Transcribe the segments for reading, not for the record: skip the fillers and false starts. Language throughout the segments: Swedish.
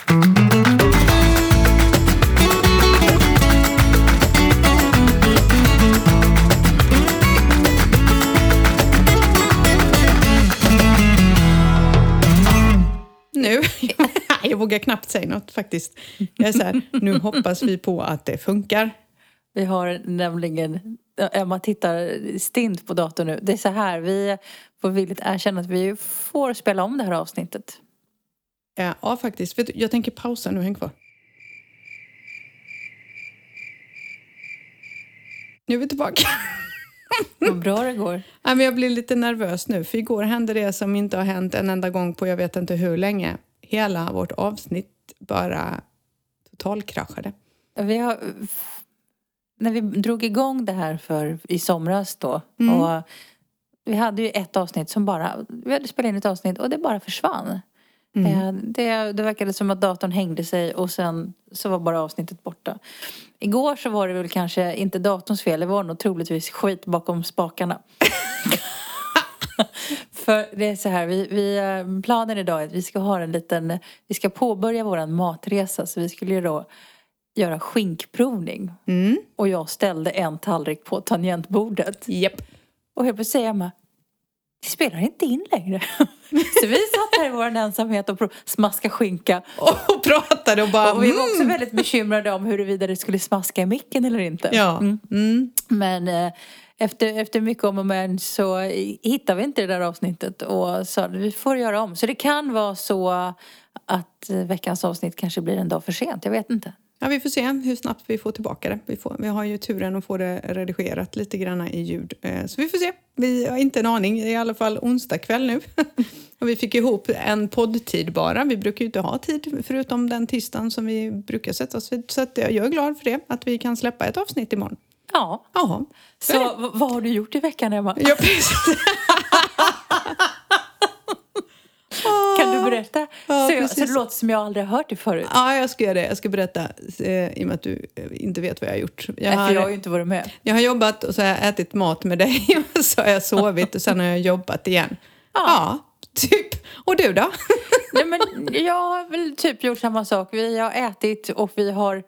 Nu, jag vågar knappt säga något faktiskt. Jag är så här, nu hoppas vi på att det funkar. Vi har nämligen, Emma tittar stint på datorn nu. Det är så här, vi får villigt erkänna att vi får spela om det här avsnittet. Ja, faktiskt. Vet du, jag tänker pausa nu, häng kvar. Nu är vi tillbaka. Vad bra det går. Ja, men jag blir lite nervös nu, för igår hände det som inte har hänt en enda gång på jag vet inte hur länge. Hela vårt avsnitt bara totalkraschade. När vi drog igång det här i somras då. Och vi hade ju ett avsnitt vi hade spelat in ett avsnitt och det bara försvann. Det verkade som att datorn hängde sig och sen så var bara avsnittet borta. Igår så var det väl kanske inte datorns fel, det var nog troligtvis skit bakom spakarna. För det är så här, planen idag är att vi ska ha vi ska påbörja våran matresa, så vi skulle ju då göra skinkprovning. Och jag ställde en tallrik på tangentbordet. Japp. Och jag får säga mig, det spelar inte in längre. Så vi satt här i vår ensamhet och smaska skinka. Och pratade och bara... Och vi var också väldigt bekymrade om huruvida det skulle smaska i micken eller inte. Ja. Men efter mycket om och men så hittade vi inte det där avsnittet. Och sa vi får göra om. Så det kan vara så att veckans avsnitt kanske blir en dag för sent. Jag vet inte. Ja, vi får se hur snabbt vi får tillbaka det. Vi har ju turen att få det redigerat lite grann i ljud. Så vi får se. Vi har inte en aning. Det är i alla fall onsdag kväll nu. Och vi fick ihop en poddtid bara. Vi brukar ju inte ha tid förutom den tisdagen som vi brukar sätta oss vid. Så att jag är glad för det. Att vi kan släppa ett avsnitt imorgon. Ja. Jaha. Så vad har du gjort i veckan, Emma? Ja, precis. Kan du berätta? Ja, så det låter som jag aldrig har hört det förut. Ja, jag ska göra det. Jag ska berätta i och med att du inte vet vad jag har gjort. För jag har ju inte varit med. Jag har jobbat och så har jag ätit mat med dig och så har jag sovit och sen har jag jobbat igen. Ja, typ. Och du då? Nej, men jag har väl typ gjort samma sak. Vi har ätit och vi har...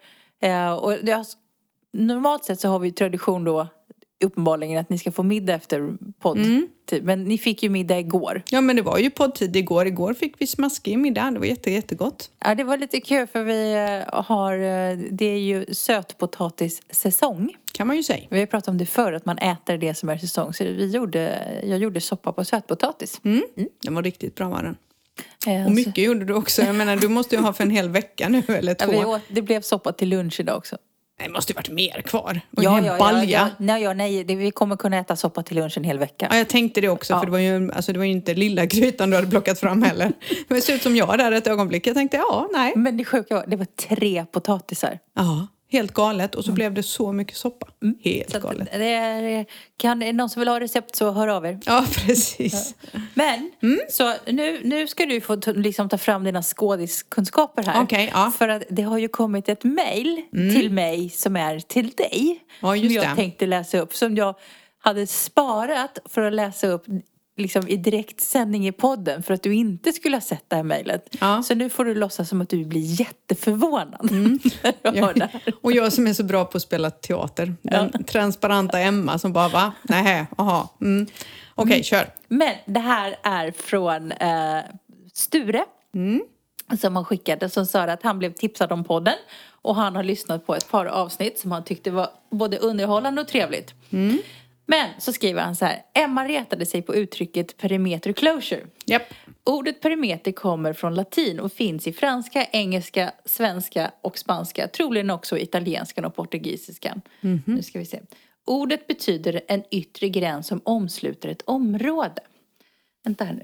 normalt sett så har vi tradition då uppenbarligen att ni ska få middag efter podd. Men ni fick ju middag igår. Ja, men det var ju poddtid igår. Igår fick vi smaskig middag. Det var jättegott. Ja, det var lite kul för det är ju sötpotatissäsong. Kan man ju säga. Vi har pratat om det förr, att man äter det som är säsong. Så jag gjorde soppa på sötpotatis. Den var riktigt bra, var den. Och mycket gjorde du också. Jag menar, du måste ju ha för en hel vecka nu eller 2. Ja, det blev soppa till lunch idag också. Det måste ju varit mer kvar. Nej, vi kommer kunna äta soppa till lunch en hel vecka. Ja, jag tänkte det också. För det var ju inte lilla grytan du hade plockat fram heller. Det ser ut som jag där ett ögonblick. Jag tänkte, nej. Men det sjuka var, det var 3 potatisar. Ja, helt galet. Och så blev det så mycket soppa. Helt så galet. Kan någon som vill ha recept så hör av er. Ja, precis. Ja. Men, så nu ska du få liksom ta fram dina skådiskunskaper här. Okej, ja. För att det har ju kommit ett mejl till mig som är till dig. Ja, just som jag tänkte läsa upp. Som jag hade sparat för att läsa upp liksom i direktsändning i podden. För att du inte skulle ha sett det här mejlet. Ja. Så nu får du låtsas som att du blir jätteförvånad. Och jag som är så bra på att spela teater. Den transparenta Emma som bara, va? Nej, aha. Okej, kör. Men det här är från Sture. Som han skickade. Som sa att han blev tipsad om podden. Och han har lyssnat på ett par avsnitt som han tyckte var både underhållande och trevligt. Men så skriver han så här. Emma retade sig på uttrycket perimeter closure. Yep. Ordet perimeter kommer från latin och finns i franska, engelska, svenska och spanska. Troligen också italienskan och portugisiskan. Nu ska vi se. Ordet betyder en yttre gräns som omsluter ett område. Vänta här nu.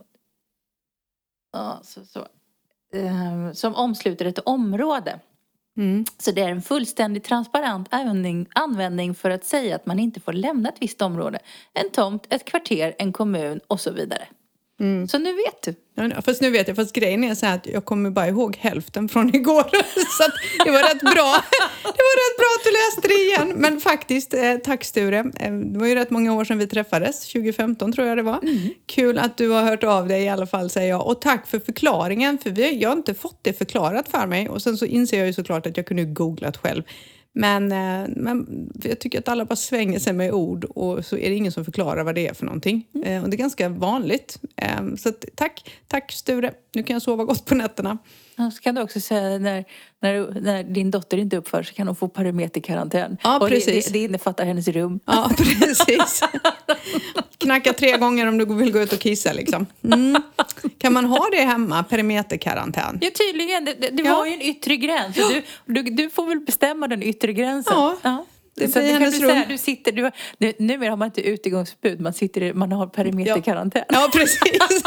Som omsluter ett område. Så det är en fullständigt transparent användning för att säga att man inte får lämna ett visst område. En tomt, ett kvarter, en kommun och så vidare. Så nu vet du. Ja, fast nu vet jag, fast grejen är så här att jag kommer bara ihåg hälften från igår. Så att det var rätt bra. Det var rätt bra att du läste det igen. Men faktiskt, tack Sture. Det var ju rätt många år sedan vi träffades. 2015 tror jag det var. Kul att du har hört av dig i alla fall, säger jag. Och tack för förklaringen, för jag har inte fått det förklarat för mig. Och sen så inser jag ju såklart att jag kunde googlat själv. Men jag tycker att alla bara svänger sig med ord och så är det ingen som förklarar vad det är för någonting. Och det är ganska vanligt. Så att, tack Sture. Nu kan jag sova gott på nätterna. Så kan du också säga när din dotter inte uppför så kan hon få parameterkarantän. Ja, och precis. Det innefattar hennes rum. Ja, precis. Knacka 3 gånger om du vill gå ut och kissa liksom. Kan man ha det hemma, perimeterkarantän? Ja, tydligen. Det var ju en yttre gräns. Du får väl bestämma den yttre gränsen. Ja. Det så kan du säga, du sitter, numera har man inte utegångsförbud, man har perimeterkarantän. Ja, precis.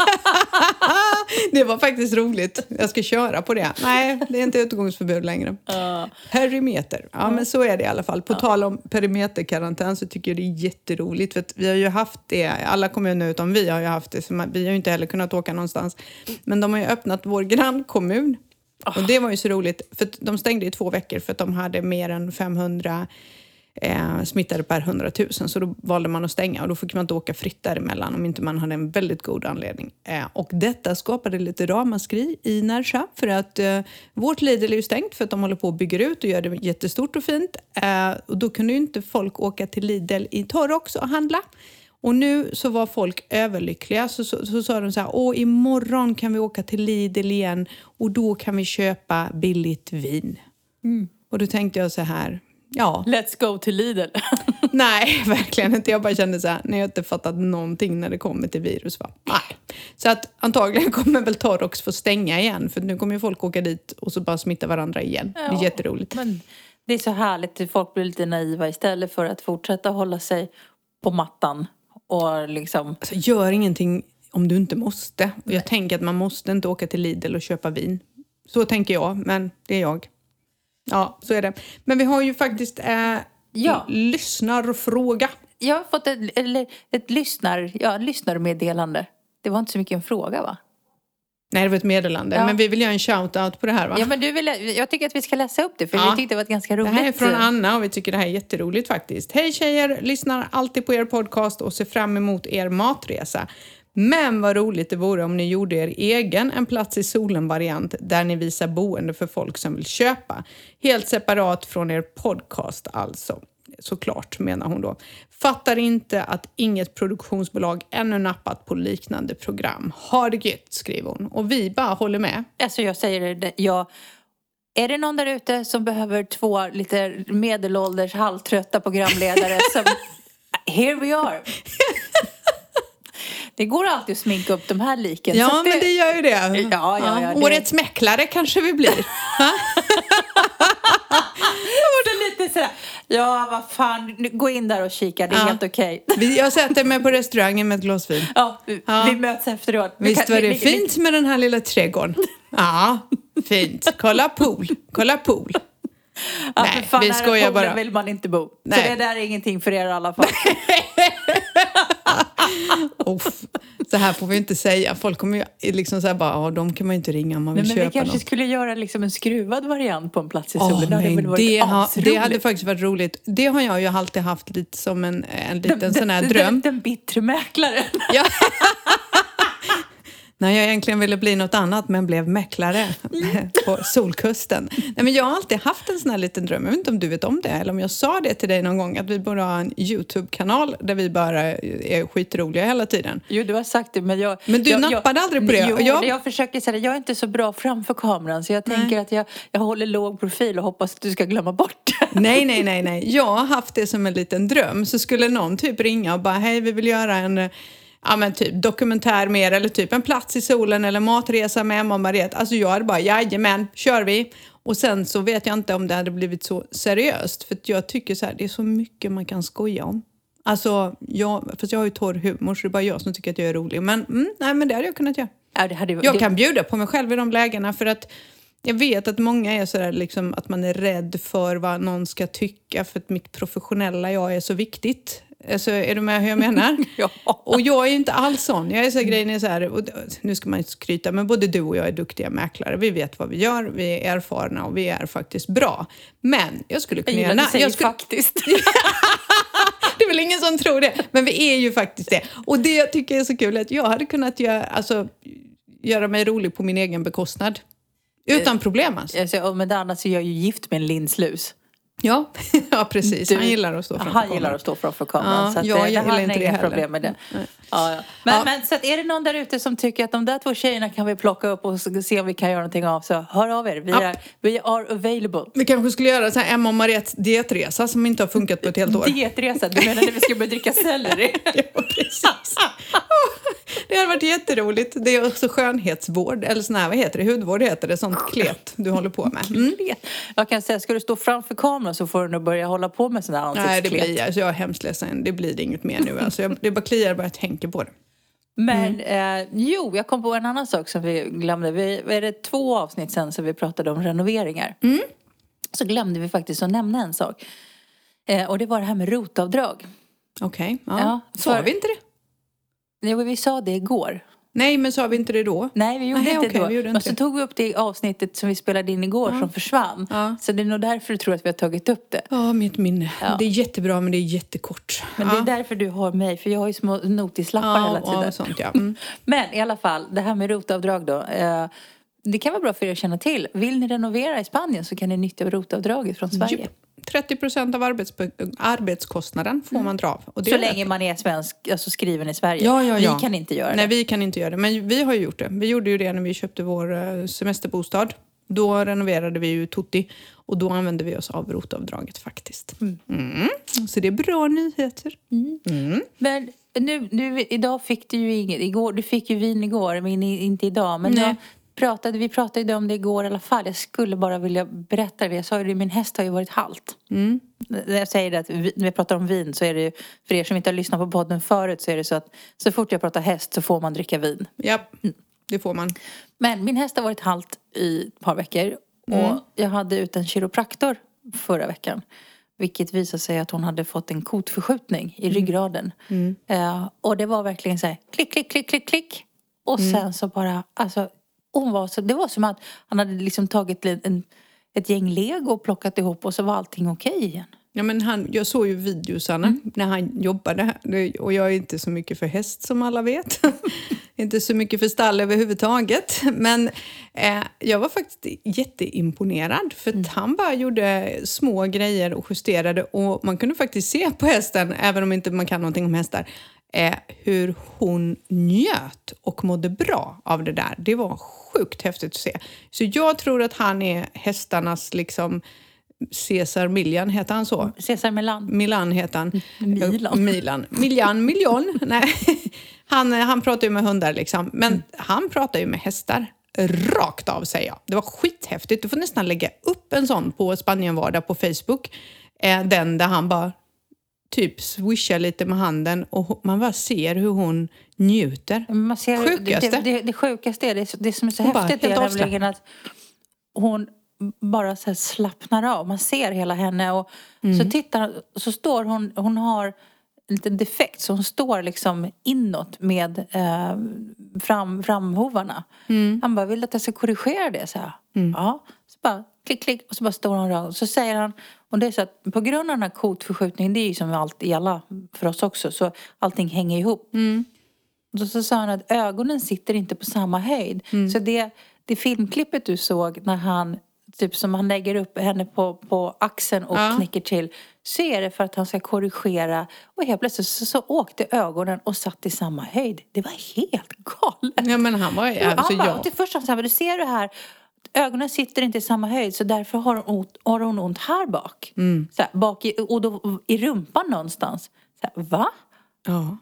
Det var faktiskt roligt. Jag ska köra på det. Nej, det är inte utegångsförbud längre. Perimeter. Ja, men så är det i alla fall. På tal om perimeterkarantän så tycker jag det är jätteroligt. För att vi har ju haft det, alla kommuner utom vi har ju haft det. Så vi har ju inte heller kunnat åka någonstans. Men de har ju öppnat vår grannkommun. Och det var ju så roligt. För de stängde i 2 veckor för att de hade mer än 500 smittade per 100 000, så då valde man att stänga och då fick man inte åka fritt däremellan om inte man hade en väldigt god anledning. Och detta skapade lite ramaskri i Närsjö för att vårt Lidl är ju stängt för att de håller på och bygger ut och gör det jättestort och fint. Och då kunde ju inte folk åka till Lidl i Torrox och handla. Och nu så var folk överlyckliga, så sa de så här: imorgon kan vi åka till Lidl igen och då kan vi köpa billigt vin. Och då tänkte jag så här: ja. Let's go till Lidl. Nej, verkligen inte. Jag bara kände så här, när jag inte fattat någonting när det kommer till virus. Nej. Så att antagligen kommer väl Torrox få stänga igen. För nu kommer ju folk åka dit och så bara smitta varandra igen. Ja, det är jätteroligt. Men det är så härligt att folk blir lite naiva istället för att fortsätta hålla sig på mattan. Och liksom... Alltså, gör ingenting om du inte måste. Och jag tänker att man måste inte åka till Lidl och köpa vin. Så tänker jag, men det är jag. Ja, så är det. Men vi har ju faktiskt lyssnarfråga. Jag har fått ett lyssnarmeddelande. Det var inte så mycket en fråga, va? Nej, det var ett meddelande. Ja. Men vi vill göra en shout-out på det här, va? Ja, men jag tycker att vi ska läsa upp det. För vi tyckte det var ett ganska roligt. Det här är från Anna och vi tycker det här är jätteroligt faktiskt. Hej tjejer, lyssnar alltid på er podcast och ser fram emot er matresa. Men vad roligt det vore om ni gjorde er egen en plats i solen-variant där ni visar boende för folk som vill köpa. Helt separat från er podcast alltså. Såklart, menar hon då. Fattar inte att inget produktionsbolag ännu nappat på liknande program. Ha det gött, skriver hon. Och vi bara håller med. Alltså jag säger det, är det någon där ute som behöver 2 lite medelålders halvtrötta programledare som... Here we are. Det går alltid att sminka upp de här liken. Ja, så men det gör ju det. Ja, årets mäklare kanske vi blir. Det är lite sådär, ja vad fan, gå in där och kika, det är helt okej. Jag sätter mig på restaurangen med ett glas vin. Ja, vi möts efteråt. Visst var det fint med den här lilla trädgården? Ja, fint. Kolla pool. Ja, nej, fan, vi skojar bara. Vill man inte bo. Nej. Så det där är ingenting för er i alla fall. Så här får vi inte säga. Folk kommer ju liksom så här bara, de kan man ju inte ringa om man vill köpa något. Men vi kanske skulle göra liksom en skruvad variant på en plats i solen. Det hade faktiskt varit roligt. Det har jag ju alltid haft lite som en liten sån här dröm. Den bittre mäklaren. Ja. När jag egentligen ville bli något annat men blev mäklare på Solkusten. Nej, men jag har alltid haft en sån här liten dröm. Jag vet inte om du vet om det eller om jag sa det till dig någon gång. Att vi borde ha en YouTube-kanal där vi bara är skitroliga hela tiden. Jo, du har sagt det, men du nappade aldrig på det. Jo, jag försöker säga det. Jag är inte så bra framför kameran. Så jag tänker att jag håller låg profil och hoppas att du ska glömma bort det. Nej. Jag har haft det som en liten dröm. Så skulle någon typ ringa och bara, hej vi vill göra en... Ja men typ dokumentär mer eller typ en plats i solen eller matresa med Emma och Mariette. Alltså jag hade bara, jajamän, kör vi. Och sen så vet jag inte om det hade blivit så seriöst. För jag tycker så här, det är så mycket man kan skoja om. Alltså, fast jag har ju torr humor så det är bara jag som tycker att jag är rolig. Men, nej men det hade jag kunnat göra. Ja, jag kan bjuda på mig själv i de lägena för att jag vet att många är sådär liksom att man är rädd för vad någon ska tycka för att mitt professionella jag är så viktigt. Alltså, är du med hur jag menar? Ja. Och jag är ju inte alls sån. Jag är så grejen är så här, och nu ska man inte skryta, men både du och jag är duktiga mäklare. Vi vet vad vi gör, vi är erfarna och vi är faktiskt bra. Men jag skulle kunna gillar att du säger faktiskt. Det är väl ingen som tror det, men vi är ju faktiskt det. Och det jag tycker är så kul är att jag hade kunnat göra mig rolig på min egen bekostnad. Utan problem alltså. Och med det annat så är jag ju gift med en linslus. Ja, ja precis. Han gillar att stå framför kameran. Han gillar att stå framför kameran. Ja, så att jag det har inte det inga heller. problem med det. Nej. Ja. Men så att är det någon där ute som tycker att de där 2 tjejerna kan vi plocka upp och se om vi kan göra någonting av, så hör av er. Vi är available. Vi kanske skulle göra så här Emma och Mariettes dietresa som inte har funkat på ett helt år. Dietresa? Du menar när vi ska börja dricka selleri? Ja, precis. Det hade varit jätteroligt. Det är också skönhetsvård, eller sån här, vad heter det? Hudvård heter det, sånt klet du håller på med. Mm. Jag kan säga, ska du stå framför kameran så får du nog börja hålla på med sån här ansiktsklet. Nej, det blir jag är hemskt ledsen. Det blir inget mer nu. Alltså, det bara kliar bara jag tänker på det. Men jag kom på en annan sak som vi glömde. Är det 2 avsnitt sen som vi pratade om renoveringar. Så glömde vi faktiskt att nämna en sak. Och det var det här med rotavdrag. Okej, ja. Sa vi inte det? Jo, vi sa det igår. Nej, men sa vi inte det då? Nej, vi gjorde inte det då. Vi gjorde inte men så tog vi upp det avsnittet som vi spelade in igår som försvann. Ja. Så det är nog därför du tror att vi har tagit upp det. Ja, mitt minne. Ja. Det är jättebra, men det är jättekort. Men det är därför du har mig, för jag har ju små notislappar hela tiden. Ja, sånt, ja. Men i alla fall, det här med rotavdrag då. Det kan vara bra för er att känna till. Vill ni renovera i Spanien så kan ni nyttja rotavdraget från Sverige. 30% av arbetskostnaden får man dra av. Och det så länge man är svensk, alltså skriven i Sverige. Ja. Vi kan inte göra det. Nej, vi kan inte göra det. Men vi har ju gjort det. Vi gjorde ju det när vi köpte vår semesterbostad. Då renoverade vi ju Tutti. Och då använde vi oss av rotavdraget faktiskt. Så det är bra nyheter. Men nu, idag fick du ju inget. Du fick ju vin igår, men inte idag. Men vi pratade ju om det igår i alla fall. Jag skulle bara vilja berätta det. Jag sa ju det, min häst har ju varit halt. När jag säger det, att när vi pratar om vin så är det ju, för er som inte har lyssnat på podden förut, så är det så att så fort jag pratar häst så får man dricka vin. Ja, det får man. Men min häst har varit halt i ett par veckor. Och jag hade ut en kiropraktor förra veckan. Vilket visade sig att hon hade fått en kotförskjutning i ryggraden. Och det var verkligen så här, klick, klick, klick, klick, klick. Och sen så bara, alltså, det var som att han hade liksom tagit ett gäng lego och plockat ihop och så var allting okej igen. Ja, men jag såg ju videosarna när han jobbade här. Och jag är inte så mycket för häst som alla vet. Inte så mycket för stall överhuvudtaget. Men jag var faktiskt jätteimponerad. För att han bara gjorde små grejer och justerade. Och man kunde faktiskt se på hästen, även om inte man kan någonting om hästar, hur hon njöt och mådde bra av det där. Det var sjukt häftigt att se. Så jag tror att han är hästarnas liksom Cesar Miljan, heter han så? Cesar Milan. Milan heter han. Miljan. Nej. Han pratar ju med hundar liksom. Men han pratar ju med hästar. Rakt av, säger jag. Det var skithäftigt. Du får nästan lägga upp en sån på Spanienvardag på Facebook. Den där han bara typ swishar lite med handen och man bara ser hur hon njuter. Man ser sjukaste. Det sjukaste är det som är så häftigt är nämligen att hon bara så här slappnar av. Man ser hela henne och så står hon har en liten defekt så hon står liksom inåt med framhovarna. Han bara, vill att jag ska korrigera det? Så här. Ja, så bara klick, klick och så bara står hon rakt. Så säger han, och det är så att på grund av den här kotförskjutningen, det är ju som allt i alla för oss också, så allting hänger ihop. Så sa han att ögonen sitter inte på samma höjd. Så det filmklippet du såg när han typ som han lägger upp henne på axeln och knicker till, så är det för att han ska korrigera, och helt plötsligt så åkte ögonen och satt i samma höjd. Det var helt galet. Ja, men han var till första så här, du ser det här, ögonen sitter inte i samma höjd, så därför har hon ont här bak. Så här, bak och då i rumpan någonstans. Så här, va? Ja.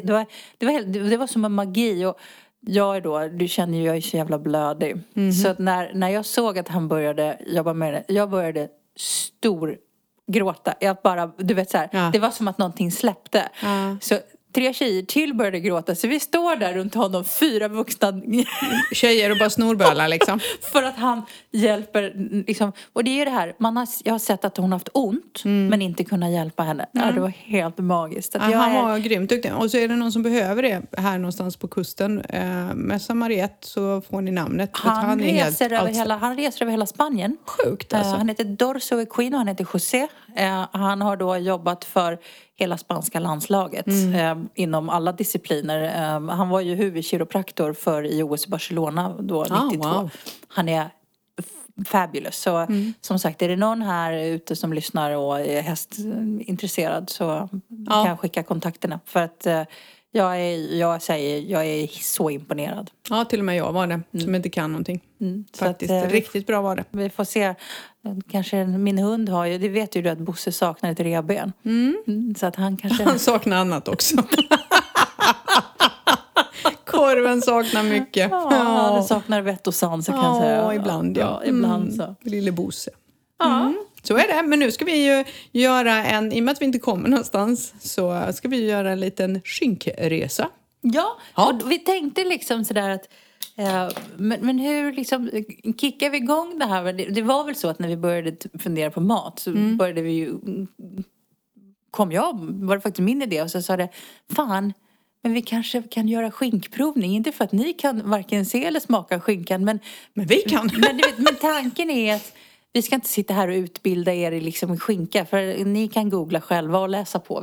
Det var som en magi. Och du känner ju, jag är så jävla blödig. Så att när jag såg att han började jobba med det, jag började gråta. Jag bara, du vet så här, det var som att någonting släppte. Så 3 tjejer till började gråta. Så vi står där runt honom, 4 vuxna Tjejer och bara snorbölar liksom. för att han hjälper liksom. Och det är det här, jag har sett att hon har haft ont men inte kunnat hjälpa henne. Ja, det var helt magiskt. Att Han var grymt duktig. Och så är det någon som behöver det här någonstans på kusten. Med Mariette så får ni namnet. Han reser över hela Spanien. Sjukt alltså. Han heter Dorso Equino, han heter José. Han har då jobbat för hela spanska landslaget inom alla discipliner. Han var ju huvudkiropraktor för i OS Barcelona då 92. Wow. Han är fabulous. Så som sagt, är det någon här ute som lyssnar och är hästintresserad så kan jag skicka kontakterna. För att jag är så imponerad. Ja, till och med jag var det. Som inte kan någonting. Faktiskt, riktigt bra var det. Vi får se. Kanske min hund har ju, det vet ju du att Bosse saknar ett revben. Så att han kanske... Han saknar annat också. Korven saknar mycket. Ja, det saknar vett och sand så kan jag säga. Ja, ibland ja. Ibland så. Lille Bosse. Så är det, men nu ska vi ju göra i och med att vi inte kommer någonstans så ska vi göra en liten skinkresa. Ja, och vi tänkte liksom sådär att men hur liksom kickar vi igång det här? Det var väl så att när vi började fundera på mat så började vi ju var det faktiskt min idé och så sa det fan, men vi kanske kan göra skinkprovning. Inte för att ni kan varken se eller smaka skinkan men vi kan. Men tanken är att vi ska inte sitta här och utbilda er i liksom skinka. För ni kan googla själva och läsa på.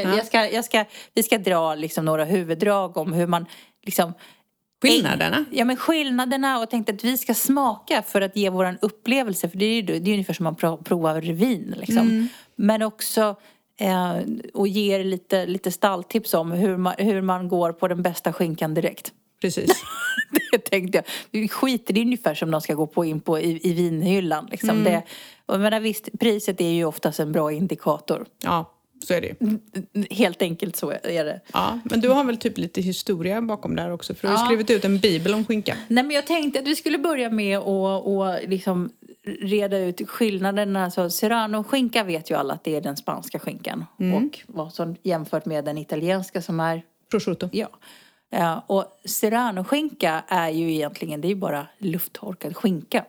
Vi ska dra liksom några huvuddrag om hur man liksom... Skillnaderna? Ja, men skillnaderna och tänkte att vi ska smaka för att ge våran upplevelse. För det är ungefär som man provar vin liksom. Men också... och ger lite stalltips om hur man går på den bästa skinkan direkt. Precis. Det tänkte jag. Vi skiter, det är ungefär som de ska gå in på i vinhyllan. Liksom. Visst, priset är ju oftast en bra indikator. Ja, så är det ju. Helt enkelt så är det. Ja, men du har väl typ lite historia bakom där också. För du har skrivit ut en bibel om skinka. Nej, men jag tänkte att vi skulle börja med att liksom reda ut skillnaderna. Alltså, Serrano-skinka vet ju alla att det är den spanska skinkan. Och vad som jämfört med den italienska som är... Prosciutto. Ja. Och Serrano-skinka är ju egentligen, det är ju bara lufttorkad skinka.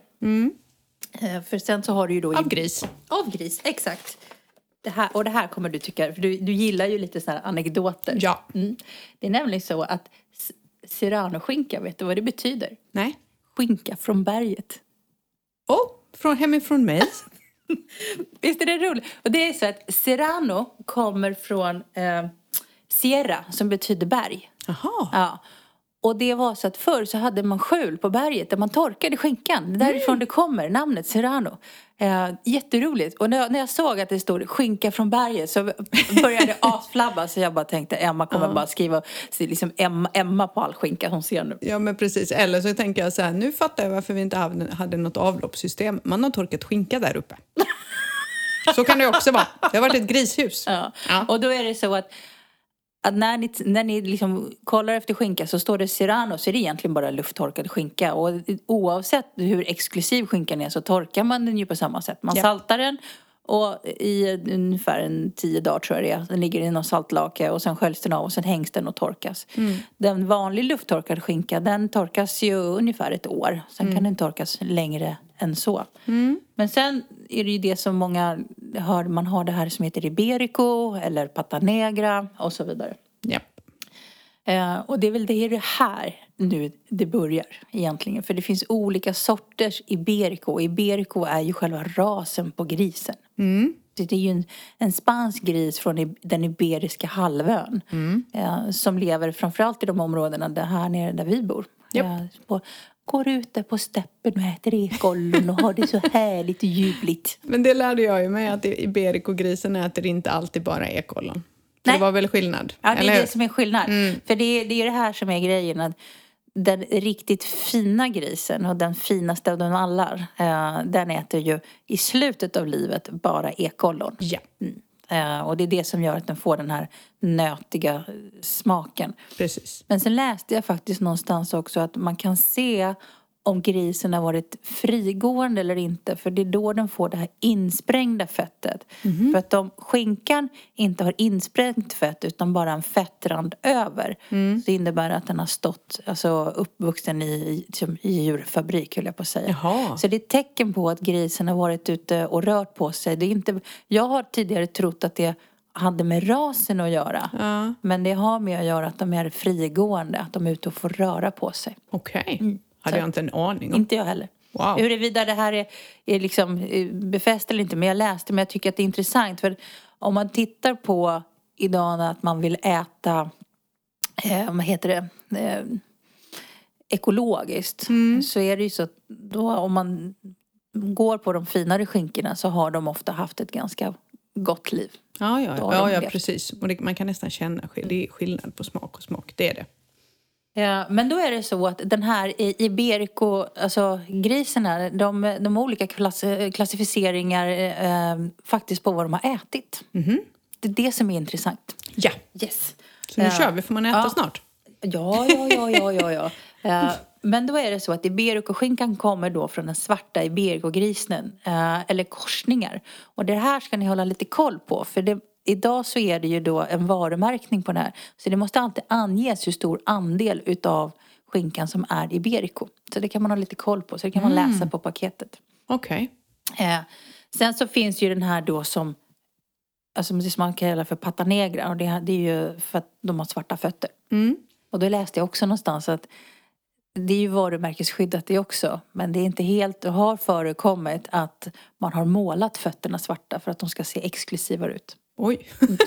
För sen så har du ju då... Av gris. Av gris, exakt. Det här kommer du tycka, för du gillar ju lite sådana här anekdoter. Ja. Det är nämligen så att Serrano-skinka, vet du vad det betyder? Nej. Skinka från berget. Hemifrån mig. Visst är det roligt? Och det är så att Serrano kommer från Sierra, som betyder berg. Jaha. Ja. Och det var så att förr så hade man skjul på berget där man torkade skinkan. Därifrån det kommer namnet Serrano. Jätteroligt. Och när jag såg att det stod skinka från berget så började det asflabba. Så jag bara tänkte, Emma kommer bara skriva liksom Emma på all skinka hon ser nu. Ja, men precis. Eller så tänker jag så här, nu fattar jag varför vi inte hade något avloppssystem. Man har torkat skinka där uppe. Så kan det också vara. Det har varit ett grishus. Ja. Och då är det så att när ni liksom kollar efter skinka så står det Serrano, så är det egentligen bara lufttorkad skinka. Och oavsett hur exklusiv skinkan är så torkar man den ju på samma sätt. Man saltar den och i ungefär 10 dagar tror jag det är. Den ligger i någon saltlake och sen sköljs den av och sen hängs den och torkas. Den vanlig lufttorkad skinka, den torkas ju ungefär 1 år. Sen kan den torkas längre än så. Men sen är det ju det som många hör, man har det här som heter Iberico eller Pata Negra och så vidare. Japp. Och det är väl det här nu det börjar egentligen. För det finns olika sorters Iberico. Iberico är ju själva rasen på grisen. Det är ju en spansk gris från den iberiska halvön. Som lever framförallt i de områdena här nere där vi bor. Går ut där på steppen och äter ekollon och har det så härligt och ljuvligt. Men det lärde jag ju mig att Iberico-grisen äter inte alltid bara ekollon. Det var väl skillnad? Ja, det är det som är skillnad. För det är det här som är grejen. Att den riktigt fina grisen och den finaste av dem alla, den äter ju i slutet av livet bara ekollon. Ja. Och det är det som gör att den får den här nötiga smaken. Precis. Men sen läste jag faktiskt någonstans också att man kan se om grisen har varit frigående eller inte. För det är då den får det här insprängda fettet. För att om skinkan inte har insprängt fett utan bara en fettrand över. Så innebär det att den har stått, alltså uppvuxen i djurfabrik, höll jag på att säga. Jaha. Så det är ett tecken på att grisen har varit ute och rört på sig. Det är inte, jag har tidigare trott att det hade med rasen att göra. Ja. Men det har med att göra att de är frigående. Att de är ute och får röra på sig. Okej. Hade jag inte en aning om. Inte jag heller. Wow. Huruvida det här är liksom befäst eller inte. Men jag läste, men jag tycker att det är intressant. För om man tittar på idag att man vill äta, vad heter det, ekologiskt. Så är det ju så att då om man går på de finare skinkorna så har de ofta haft ett ganska gott liv. Ja, precis. Och man kan nästan känna det är skillnad på smak och smak. Det är det. Ja, men då är det så att den här Iberico, alltså griserna, de har olika klassificeringar faktiskt på vad de har ätit. Det är det som är intressant. Ja. Yes. Så nu kör vi, får man äta snart? Ja. Men då är det så att Iberico-skinkan kommer då från den svarta Iberico-grisen. Eller korsningar. Och det här ska ni hålla lite koll på. För idag så är det ju då en varumärkning på det här. Så det måste alltid anges hur stor andel utav skinkan som är Iberico. Så det kan man ha lite koll på. Så det kan man läsa på paketet. Okej. Sen så finns ju den här då som man kallar för pata negra. Och det är ju för att de har svarta fötter. Och då läste jag också någonstans att det är ju varumärkesskyddat det också. Men det är inte helt, det har förekommit att man har målat fötterna svarta för att de ska se exklusivare ut. Oj.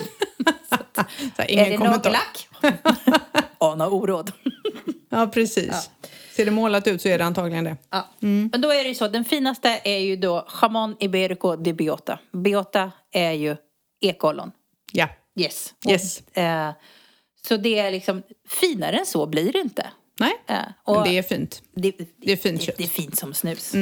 Så ingen är det nagellack? Ana oråd. Ja, precis. Ja. Ser det målat ut så är det antagligen det. Ja. Men då är det ju så, den finaste är ju då Jamón Ibérico de Biota. Biota är ju ekollon. Ja. Yes. Så det är liksom, finare än så blir det inte. Nej, men det är fint. Det är fint kött. Det är fint som snus.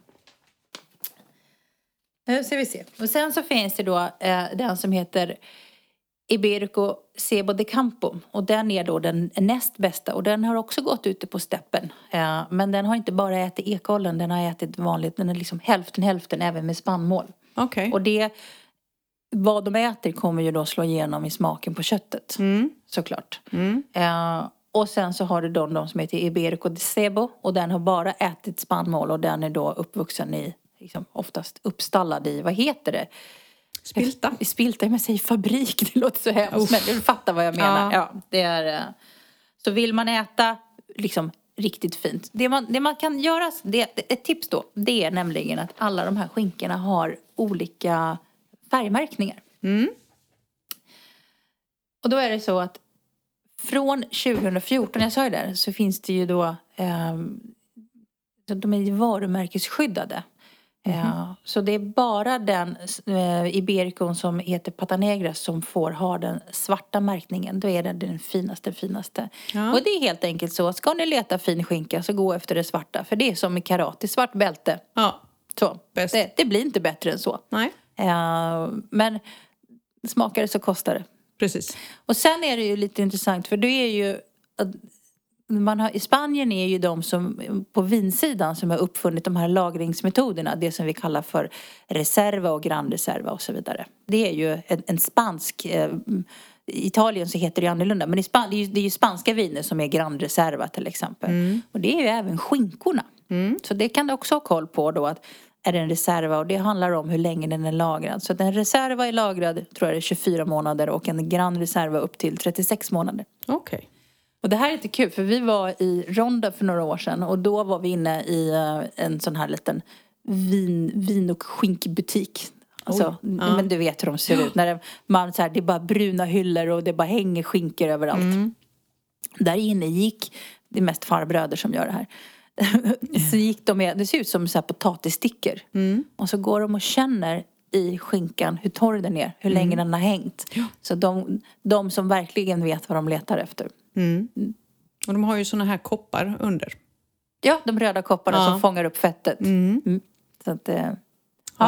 Nu ska vi se. Och sen så finns det då den som heter Iberico Cebo de Campo. Och den är då den näst bästa. Och den har också gått ute på steppen. Men den har inte bara ätit ekollen. Den har ätit vanligt. Den är liksom hälften även med spannmål. Okej. Och vad de äter kommer ju då slå igenom i smaken på köttet. Såklart. Och sen så har du de som heter Iberico de Cebo. Och den har bara ätit spannmål. Och den är då uppvuxen i, liksom, oftast uppstallad i, vad heter det? Spilta, men säger fabrik. Det låter så hemskt. Men du fattar vad jag menar. Ja, det är, så vill man äta liksom riktigt fint. Det man kan göra, ett tips då. Det är nämligen att alla de här skinkorna har olika färgmärkningar. Och då är det så att från 2014, jag sa ju där, så finns det ju då de är ju varumärkesskyddade. Så det är bara den Ibericon som heter Pata Negra som får ha den svarta märkningen. Då är den finaste. Ja. Och det är helt enkelt så att ska ni leta fin skinka så gå efter det svarta. För det är som i karate, svart bälte. Ja, så. Det blir inte bättre än så. Nej. Men smakar det så kostar det. Precis. Och sen är det ju lite intressant för det är ju i Spanien är ju de som på vinsidan som har uppfunnit de här lagringsmetoderna, det som vi kallar för reserva och grand reserva och så vidare. Det är ju en spansk, i Italien så heter det annorlunda, men det är ju spanska viner som är grand reserva till exempel. Och det är ju även skinkorna. Så det kan du också ha koll på då, att är det en reserva, och det handlar om hur länge den är lagrad. Så att en reserva är lagrad, tror jag det är 24 månader, och en grand reserva upp till 36 månader. Okej. Och det här är inte kul, för vi var i Ronda för några år sedan. Och då var vi inne i en sån här liten vin- och skinkbutik. Alltså, men du vet hur de ser ut. När det är bara bruna hyllor och det bara hänger skinkor överallt. Där inne gick, det är mest farbröder som gör det här. Så gick de med, det ser ut som så här potatisstickor. Och så går de och känner i skinkan hur torr den är, hur länge den har hängt. Så de som verkligen vet vad de letar efter. Och de har ju såna här koppar under. Ja, de röda kopparna som fångar upp fettet. Så att, har de.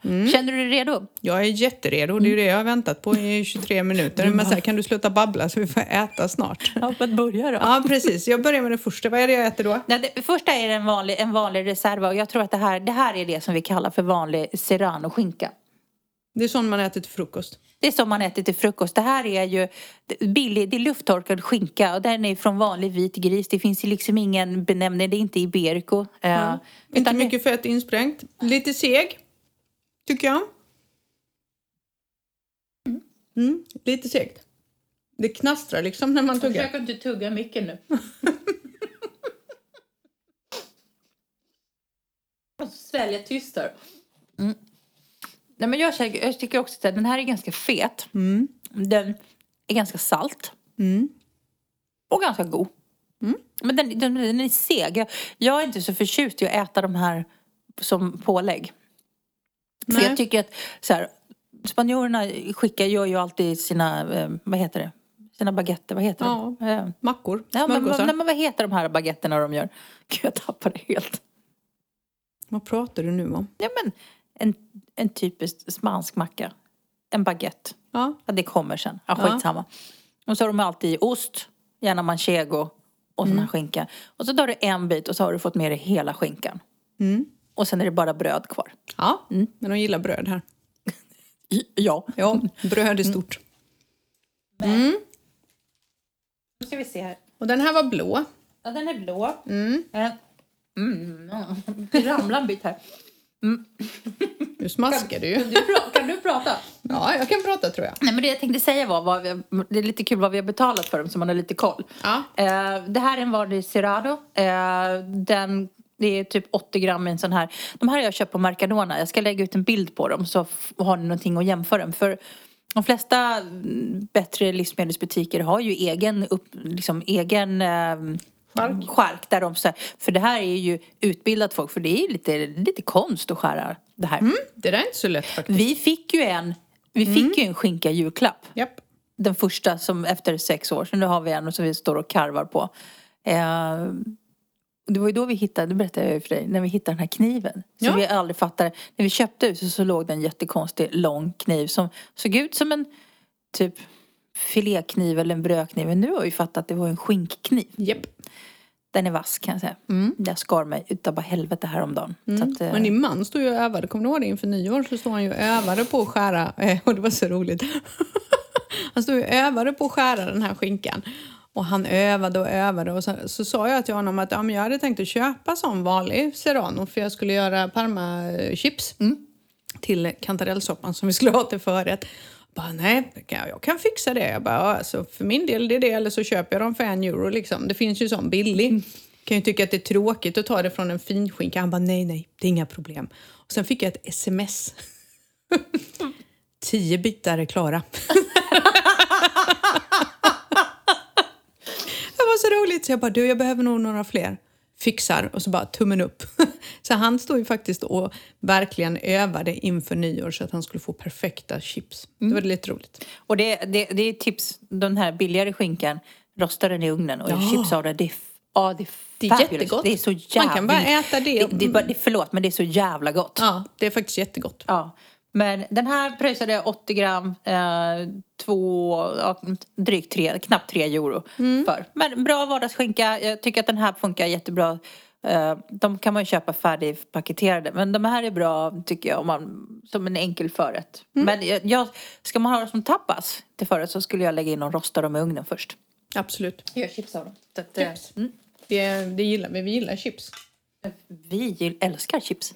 Känner du dig redo? Jag är jätteredo. Det är ju det jag har väntat på i 23 minuter. Men så här, kan du sluta babbla så vi får äta snart? Ja, men börja då. Ja, precis. Jag börjar med det första. Vad är det jag äter då? Nej, det första är en vanlig reserva. Och jag tror att det här är det som vi kallar för vanlig serrano-skinka. Det är sån man äter till frukost. Det är som man äter till frukost. Det här är ju billig, det är lufttorkad skinka och den är från vanlig vit gris. Det finns ju liksom ingen benämning, det är inte iberico. Inte mycket fett insprängt. Lite seg, tycker jag. Lite segt. Det knastrar liksom när man tuggar. Försök inte tugga mycket nu. Och svälja tyst här. Nej, men jag tycker också att den här är ganska fet. Den är ganska salt. Och ganska god. Men den är seg. Jag är inte så förtjust i att äta de här som pålägg. För jag tycker att så här, spanjorerna gör ju alltid sina, vad heter det? Sina baguetter, vad heter det? Mackor, smörgåsar. Men vad heter de här baguetterna de gör? Gud, jag tappar det helt. Vad pratar du nu om? Ja, men en typisk spansk macka. En baguette. Ja, det kommer sen. Ja, skitsamma. Och så har de alltid ost, gärna manchego och sån här skinka. Och så tar du en bit och så har du fått med dig hela skinkan. Och sen är det bara bröd kvar. Ja, men de gillar bröd här. Ja, bröd är stort. Nu ska vi se här. Och den här var blå. Ja, den är blå. Det ramlar en bit här. Nu smaskar du ju. Kan du prata? Ja, jag kan prata tror jag. Nej, men det jag tänkte säga var det är lite kul vad vi har betalat för dem så man har lite koll. Ja. Det här är en vanlig Cerrado. Det är typ 80 gram i en sån här. De här har jag köpt på Mercadona. Jag ska lägga ut en bild på dem så har ni någonting att jämföra. För de flesta bättre livsmedelsbutiker har ju egen skärk där de så här, för det här är ju utbildat folk för det är lite konst att skära det här. Det där är inte så lätt faktiskt. Vi fick ju en skinka julklapp. Japp. Den första som efter 6 år. Så nu har vi en som vi står och karvar på. Det var ju då vi hittade, det berättade jag för dig, när vi hittade den här kniven. Så vi aldrig fattade. När vi köpte huset så låg det en jättekonstig lång kniv som såg ut som en typ filékniv eller en brödkniv. Men nu har vi fattat att det var en skinkkniv. Japp. Den är vass kan jag säga. Jag skar mig utav bara helvete häromdagen. Så att, Men din man stod ju och övade. Kommer du ihåg det? Inför nyår så stod han ju och övade på att skära. Och det var så roligt. Han stod ju och övade på att skära den här skinkan. Och han övade och övade. Och så sa jag till honom att jag hade tänkt att köpa sån vanlig serrano. För jag skulle göra parmachips till kantarellsoppan som vi skulle ha till förrätt. Bara, nej, jag kan fixa det. Jag bara, alltså, för min del det är det. Eller så köper jag dem för €1 liksom. Det finns ju sån billig. Kan ju tycka att det är tråkigt att ta det från en finskinka. Han bara, nej, det är inga problem. Och sen fick jag ett sms. 10 bitar är klara. Det var så roligt. Så jag bara, jag behöver nog några fler. Fixar. Och så bara tummen upp. Så han stod ju faktiskt och verkligen övade inför nyår så att han skulle få perfekta chips. Det var lite roligt. Och det är tips. Den här billigare skinkan, rosta den i ugnen och chips av det. Det är jättegott. Det är så jävla... Man kan bara äta det. Förlåt, men det är så jävla gott. Ja, det är faktiskt jättegott. Ja. Men den här pröjsade jag 80 gram, knappt 3 euro för. Men bra vardagsskinka. Jag tycker att den här funkar jättebra. De kan man ju köpa färdigpaketerade. Men de här är bra tycker jag som en enkel förrätt. Men ska man ha det som tapas till förrätt så skulle jag lägga in och rosta dem i ugnen först. Absolut. Jag gör chips av dem. Chips. Det gillar vi. Vi gillar chips. Vi älskar chips.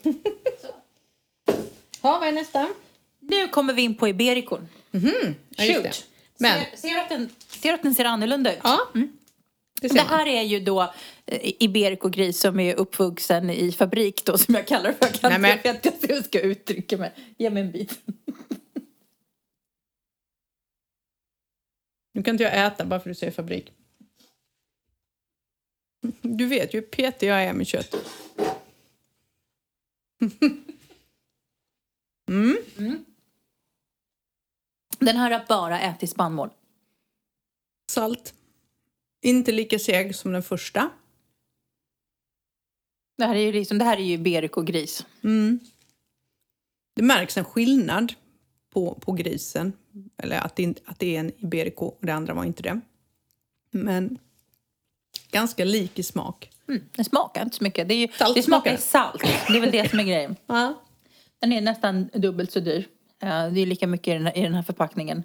Vad är nästa? Nu kommer vi in på Ibericon. Ja, just det. Men Ser att den ser annorlunda ut? Ja. Det här är ju då Iberico-gris som är uppvuxen i fabrik då, som jag kallar det för. Jag ska uttrycka mig. Ge mig en bit. Nu kan inte jag äta bara för att du säger fabrik. Du vet ju hur petig jag är med kött. Den här har bara ätit spannmål. Salt. Inte lika seg som den första. Det här är ju Iberico-gris. Det märks en skillnad på grisen. Eller att det är en Iberico och det andra var inte det. Men ganska lik i smak. Det smakar inte så mycket. Det Salt smakar smakar. salt. Det är väl det som är grejen. Ja. Den är nästan dubbelt så dyr. Det är lika mycket i den här förpackningen.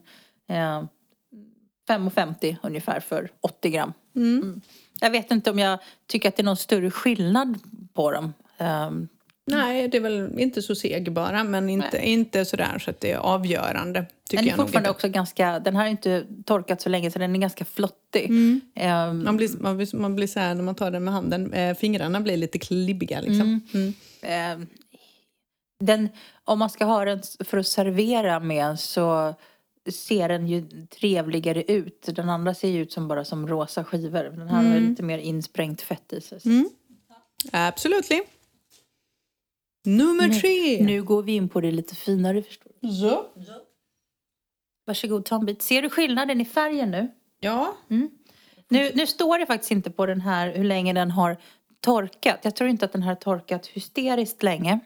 5,50 ungefär för 80 gram. Jag vet inte om jag tycker att det är någon större skillnad på dem. Nej, det är väl inte så seg bara, men inte sådär så att det är avgörande. Den är fortfarande också ganska, den har inte torkat så länge så den är ganska flottig. Man blir så här när man tar den med handen, fingrarna blir lite klibbiga liksom. Om man ska ha den för att servera med så ser den ju trevligare ut. Den andra ser ju ut som bara som rosa skivor. Den här har lite mer insprängt fett i sig. Absolut. Nummer 3. Nu går vi in på det lite finare, förstår du. Så. Varsågod, ta en bit. Ser du skillnaden i färgen nu? Ja. Nu står det faktiskt inte på den här hur länge den har torkat. Jag tror inte att den har torkat hysteriskt länge.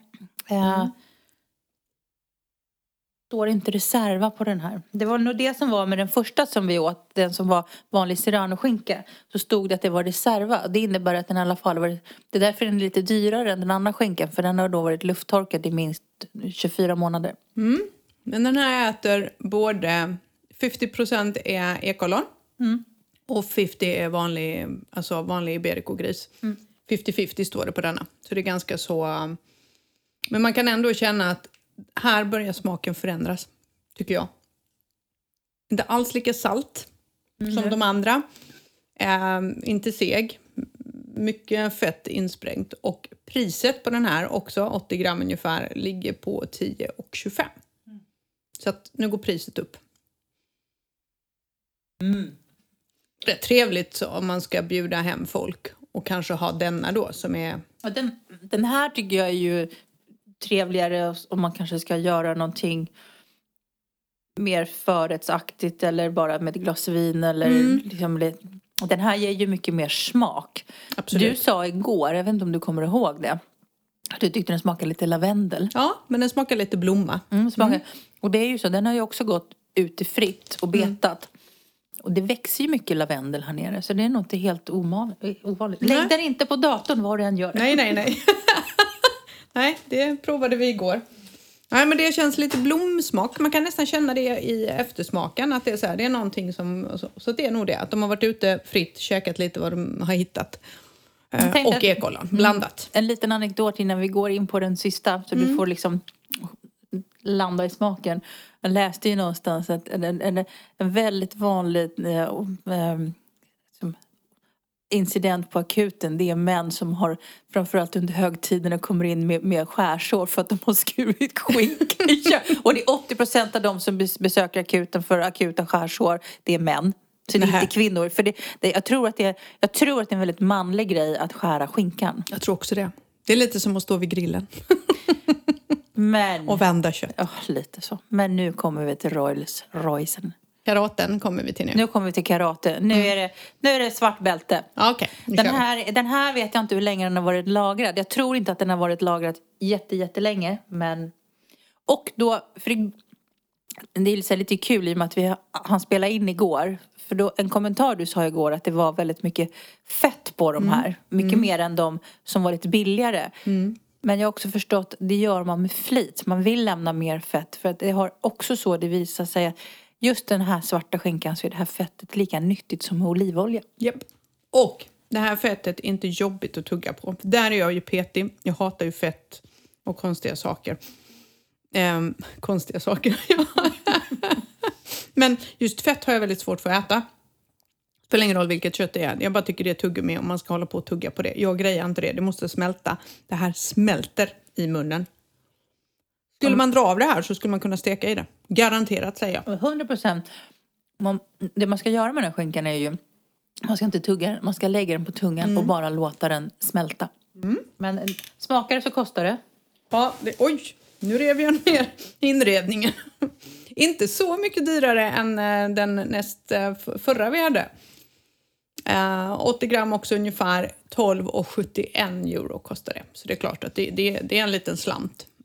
Står inte reserva på den här. Det var nog det som var med den första som vi åt. Den som var vanlig serrano-skinka. Så stod det att det var reserva. Det innebär att den i alla fall var... Det är därför den är lite dyrare än den andra skinkan. För den har då varit lufttorkad i minst 24 månader. Men den här äter både 50% är ekollon. Och 50 är vanlig Iberico-gris. 50-50 står det på denna. Så det är ganska så... Men man kan ändå känna att här börjar smaken förändras, tycker jag. Inte alls lika salt som de andra. Inte seg. Mycket fett insprängt. Och priset på den här också, 80 gram ungefär, ligger på 10,25. Så att nu går priset upp. Det är trevligt om man ska bjuda hem folk. Och kanske ha denna då som är... Ja, den här tycker jag är ju trevligare om man kanske ska göra någonting mer förrättsaktigt eller bara med ett glas vin eller liksom, den här ger ju mycket mer smak. Absolut. Du sa igår, jag vet inte om du kommer ihåg det, att du tyckte den smakade lite lavendel. Ja, men den smakar lite blomma. Och det är ju så, den har ju också gått ute fritt och betat. Och det växer ju mycket lavendel här nere. Så det är nog inte helt ovanligt. Lägg den inte på datorn vad du än gör. Nej. Nej, det provade vi igår. Nej, men det känns lite blomsmak. Man kan nästan känna det i eftersmaken. Att det är så här, det är någonting som... Så det är nog det. Att de har varit ute fritt, käkat lite vad de har hittat. Och ekollon, blandat. En liten anekdot innan vi går in på den sista. Så du får liksom landa i smaken. Jag läste ju någonstans att en väldigt vanlig incident på akuten, det är män som har framförallt under högtiderna kommer in med skärsår för att de har skurit skinka. Och det är 80% av de som besöker akuten för akuta skärsår, det är män. Så det är inte kvinnor. För jag tror att det är en väldigt manlig grej att skära skinkan. Jag tror också det. Det är lite som att stå vid grillen. Och vända kött. Ja, lite så. Men nu kommer vi till Roysen. Karaten kommer vi till nu. Nu kommer vi till karate. Nu är det svart bälte. Okay, den här vet jag inte hur länge den har varit lagrad. Jag tror inte att den har varit lagrad jättelänge. Men... Och då... För det är lite kul i och med att han spelade in igår. För då, en kommentar du sa igår att det var väldigt mycket fett på de här. Mycket mer än de som var lite billigare. Men jag har också förstått att det gör man med flit. Man vill lämna mer fett. För att det har också så det visar sig att just den här svarta skinkan så är det här fettet lika nyttigt som olivolja. Japp. Och det här fettet är inte jobbigt att tugga på. Där är jag ju petig. Jag hatar ju fett och konstiga saker. Konstiga saker, ja. Men just fett har jag väldigt svårt för att äta. Spelar ingen roll vilket kött det är. Jag bara tycker det är tuggummi om man ska hålla på och tugga på det. Jag grejer inte det. Det måste smälta. Det här smälter i munnen. Skulle man dra av det här så skulle man kunna steka i det. Garanterat, säger jag. 100%. Det man ska göra med den skinkan är ju... Man ska inte tugga. Man ska lägga den på tungan och bara låta den smälta. Men smakar det så kostar det. Ja, oj. Nu rev jag ner inredningen. Inte så mycket dyrare än den näst förra vi hade. 80 gram också ungefär 12,71 euro kostar det. Så det är klart att det är en liten slant.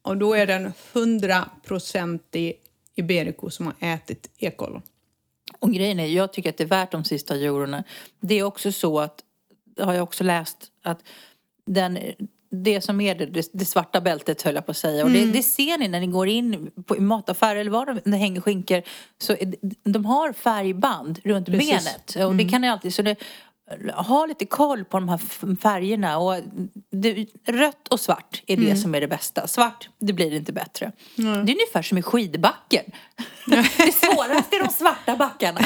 Och då är den 100% iberico som har ätit ekollon. Och grejen är, jag tycker att det är värt de sista eurorna. Det är också så att, har jag också läst, att det som är det svarta bältet, höll jag på att säga. Och det ser ni när ni går in i mataffärer eller var det hänger skinkor. Så de har färgband runt benet. Och det kan ni alltid... Så ha lite koll på de här färgerna. Och rött och svart är det som är det bästa. Svart, det blir inte bättre. Det är ungefär som i skidbacken. Det svåraste är de svarta backarna.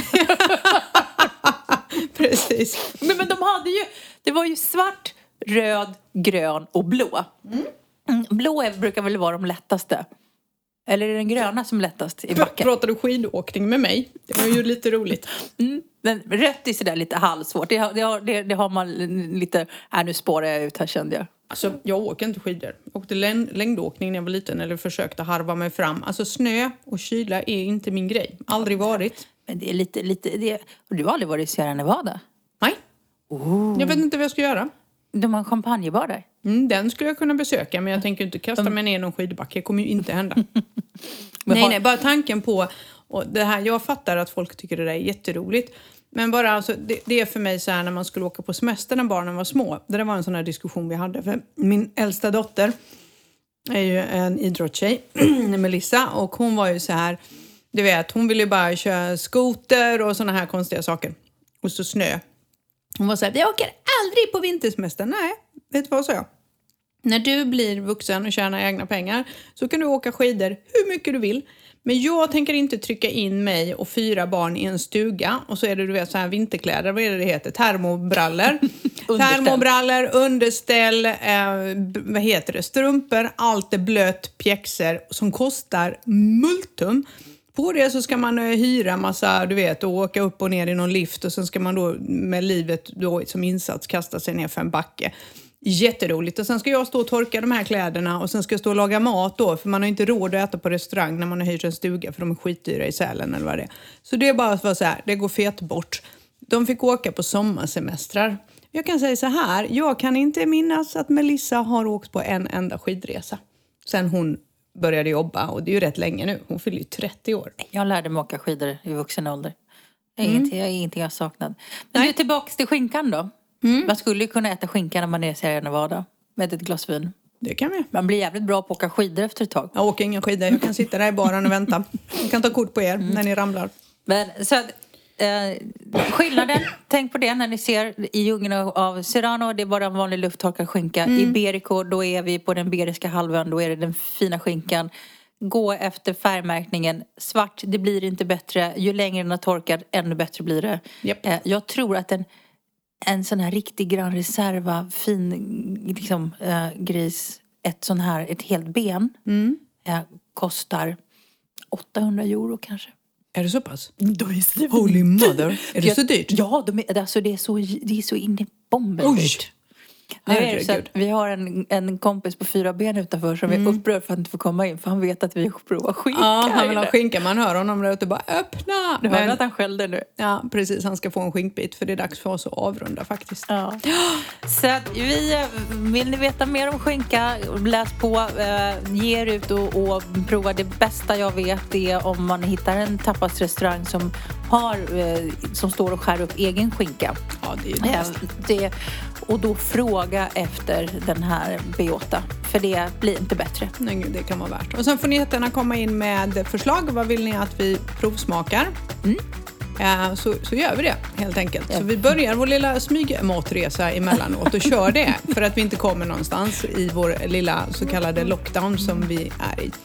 Precis. Men de hade ju... Det var ju svart, röd, grön och blå. Blå brukar väl vara de lättaste. Eller är det den gröna som är lättast i backen? Pratar du skidåkning med mig? Det var ju lite roligt. Men rött är sådär lite halvsvårt. Det har man lite... nu spårar jag ut här, kände jag. Alltså, jag åker inte skidor. Jag åkte längdåkning när jag var liten. Eller försökte harva mig fram. Alltså, snö och kyla är inte min grej. Aldrig varit. Men det är lite... Du har aldrig varit i Sierra Nevada? Nej. Jag vet inte vad jag ska göra. De har en champagnebar där. Den skulle jag kunna besöka. Men jag tänker inte kasta mig ner i någon skidbacke. Det kommer ju inte hända. Nej, bara tanken på... Och det här, jag fattar att folk tycker det där är jätteroligt. Men bara alltså, det är för mig så här när man skulle åka på semester när barnen var små. Det var en sån här diskussion vi hade. För min äldsta dotter är ju en idrottstjej, Melissa. Och hon var ju så här, du vet, hon ville ju bara köra skoter och såna här konstiga saker. Och så snö. Hon var så här, jag åker aldrig på vintersemester. Nej, vet du vad sa jag? När du blir vuxen och tjänar egna pengar så kan du åka skidor hur mycket du vill. Men jag tänker inte trycka in mig och 4 barn i en stuga. Och så är det, du vet, så här vinterkläder. Vad är det heter? Termobrallor. Termobrallor, underställ, vad heter det? Strumpor, allt är blött, pjäxor som kostar multum. På det så ska man hyra massa, du vet, och åka upp och ner i någon lift. Och sen ska man då med livet då som insats kasta sig ner för en backe. Jätteroligt. Och sen ska jag stå och torka de här kläderna. Och sen ska jag stå och laga mat då. För man har inte råd att äta på restaurang när man har hyrt en stuga. För de är skitdyra i Sälen eller vad det är. Så det är bara för så här, det går fet bort. De fick åka på sommarsemestrar. Jag kan säga så här, jag kan inte minnas att Melissa har åkt på en enda skidresa. Sen hon började jobba. Och det är ju rätt länge nu. Hon fyller ju 30 år. Jag lärde mig åka skidor i vuxen ålder. Ingenting jag saknat. Men du, tillbaka till skinkan då. Man skulle ju kunna äta skinkan när man är i Sierra Nevada. Med ett glas vin. Det kan vi. Man blir jävligt bra på att åka skidor efter ett tag. Jag åker inga skidor. Jag kan sitta där i baren och vänta. Jag kan ta kort på er när ni ramlar. Men så att, skillnaden, tänk på det när ni ser i djungeln av Serrano, det är bara en vanlig lufttorkad skinka. I Iberico, då är vi på den iberiska halvön, då är det den fina skinkan. Gå efter färgmärkningen. Svart, det blir inte bättre. Ju längre den har torkat, ännu bättre blir det. Yep. Jag tror att en sån här riktig Gran Reserva, fin liksom, gris, ett helt ben kostar 800 euro kanske. Är det så pass? Holy mother. Är det så dyrt? Ja, det är så in i bomben dyrt. Nu är det så att vi har en kompis på 4 ben utanför som är upprörd för att inte få komma in. För han vet att vi provar skinka. Ja, han vill ha skinka. Man hör honom där ute bara öppna. Du hör att han skällde nu. Ja, precis. Han ska få en skinkbit för det är dags för oss att avrunda faktiskt. Ja. Så att vill ni veta mer om skinka, läs på, ge er ut och prova. Det bästa jag vet är om man hittar en tapasrestaurang som står och skär upp egen skinka. Ja, det är det. Och då fråga efter den här Beota. För det blir inte bättre. Nej, det kan vara värt. Och sen får ni jättegärna komma in med förslag. Vad vill ni att vi provsmakar? Så gör vi det helt enkelt. Ja. Så vi börjar vår lilla smygmatresa emellanåt och kör det. För att vi inte kommer någonstans i vår lilla så kallade lockdown som vi är i.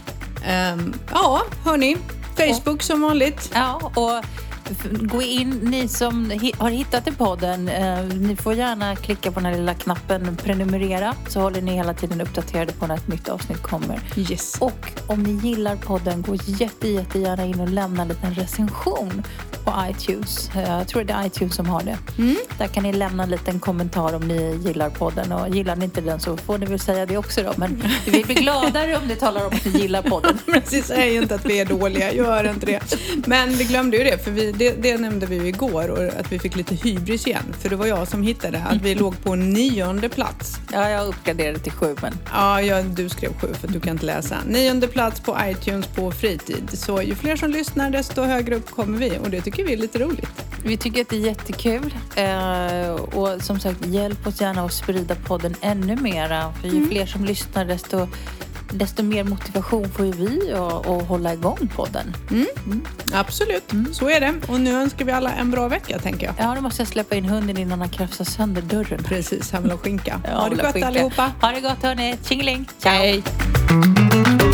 Ja, hörni. Facebook som vanligt. Ja, och gå in, ni som har hittat till podden, ni får gärna klicka på den här lilla knappen prenumerera, så håller ni hela tiden uppdaterade på när ett nytt avsnitt kommer. Yes. Och om ni gillar podden, gå jättegärna in och lämna en liten recension på iTunes. Jag tror det är iTunes som har det. Där kan ni lämna en liten kommentar om ni gillar podden. Och gillar ni inte den så får ni väl säga det också då. Men vi vill bli gladare om ni talar om att ni gillar podden. Precis, säg inte att vi är dåliga, gör inte det. Men vi glömde ju det, för det nämnde vi ju igår. Och att vi fick lite hybris igen. För det var jag som hittade att vi låg på 9:e plats. Ja, jag uppgraderade till 7 men... Ja, du skrev 7 för att du kan inte läsa. 9:e plats på iTunes på fritid. Så ju fler som lyssnar desto högre upp kommer vi. Och det tycker vi är lite roligt. Vi tycker att det är jättekul. Och som sagt, hjälp oss gärna att sprida podden ännu mera. För ju fler som lyssnar desto mer motivation får ju vi att hålla igång podden. Absolut, så är det. Och nu önskar vi alla en bra vecka, tänker jag. Ja, då måste jag släppa in hunden innan han krafsar sönder dörren. Precis, han vill ha skinka. Ja, ha det gott allihopa. Ha det gott hörni. Tjingeling. Ciao. Hej.